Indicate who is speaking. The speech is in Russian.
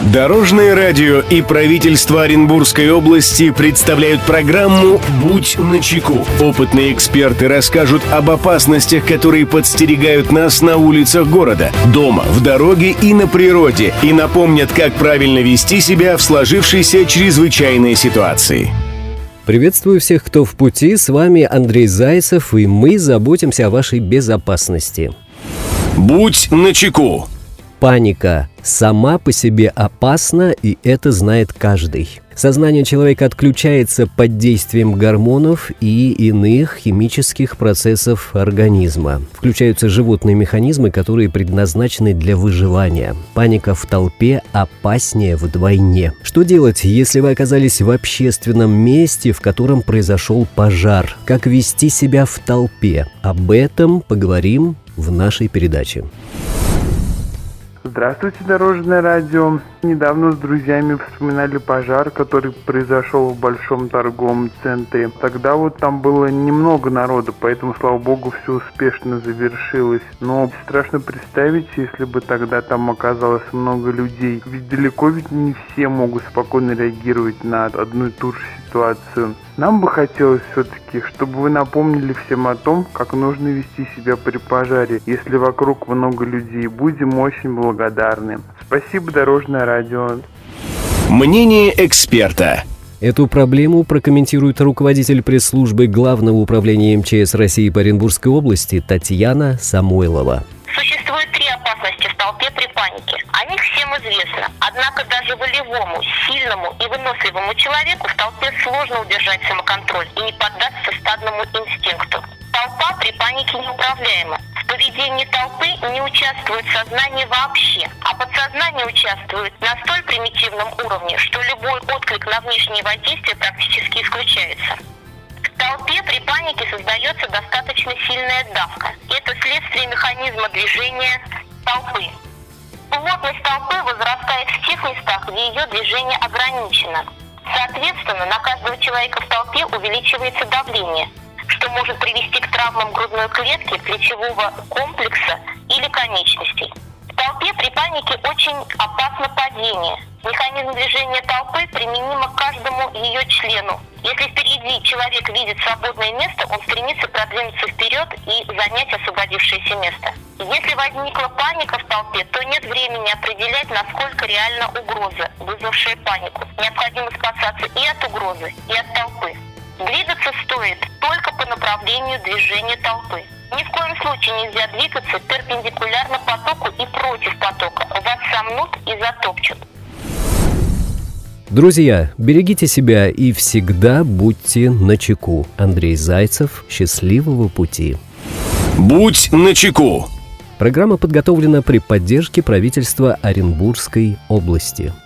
Speaker 1: Дорожное радио и правительство Оренбургской области представляют программу «Будь начеку». Опытные эксперты расскажут об опасностях, которые подстерегают нас на улицах города, дома, в дороге и на природе, и напомнят, как правильно вести себя в сложившейся чрезвычайной ситуации.
Speaker 2: Приветствую всех, кто в пути. С вами Андрей Зайцев, и мы заботимся о вашей безопасности.
Speaker 1: Будь начеку.
Speaker 2: Паника сама по себе опасна, и это знает каждый. Сознание человека отключается под действием гормонов и иных химических процессов организма. Включаются животные механизмы, которые предназначены для выживания. Паника в толпе опаснее вдвойне. Что делать, если вы оказались в общественном месте, в котором произошел пожар? Как вести себя в толпе? Об этом поговорим в нашей передаче.
Speaker 3: Здравствуйте, Дорожное радио. Недавно с друзьями вспоминали пожар, который произошел в большом торговом центре. Тогда там было немного народу, поэтому, слава богу, все успешно завершилось. Но страшно представить, если бы тогда там оказалось много людей. Ведь далеко не все могут спокойно реагировать на одну и ту же ситуацию. Нам бы хотелось все-таки, чтобы вы напомнили всем о том, как нужно вести себя при пожаре, если вокруг много людей. Будем очень благодарны. Спасибо, Дорожное радио.
Speaker 1: Мнение эксперта.
Speaker 2: Эту проблему прокомментирует руководитель пресс-службы Главного управления МЧС России по Оренбургской области Татьяна Самойлова.
Speaker 4: Существует три опасности в толпе при панике. О них всем известно. Однако даже волевому, сильному и выносливому человеку в толпе сложно удержать самоконтроль и не поддаться стадному инстинкту. Толпа при панике неуправляема. В поведении толпы не участвует сознание вообще, а подсознание участвует на столь примитивном уровне, что любой отклик на внешние воздействия практически исключается. В толпе при панике создается достаточно сильная давка. Это следствие механизма движения толпы. Плотность толпы возрастает в тех местах, где ее движение ограничено. Соответственно, на каждого человека в толпе увеличивается давление, что может привести к травмам грудной клетки, плечевого комплекса или конечностей. В толпе при панике очень опасно падение. Механизм движения толпы применимо к каждому ее члену. Если впереди человек видит свободное место, он стремится продвинуться вперед и занять освободившееся место. Если возникла паника в толпе, то нет времени определять, насколько реальна угроза, вызвавшая панику. Необходимо спасаться и от угрозы, и от толпы. Двигаться стоит только по направлению движения толпы. Ни в коем случае нельзя двигаться перпендикулярно потоку и против потока. Вас сомнут и затопчут.
Speaker 2: Друзья, берегите себя и всегда будьте начеку. Андрей Зайцев. Счастливого пути.
Speaker 1: Будь начеку.
Speaker 2: Программа подготовлена при поддержке правительства Оренбургской области.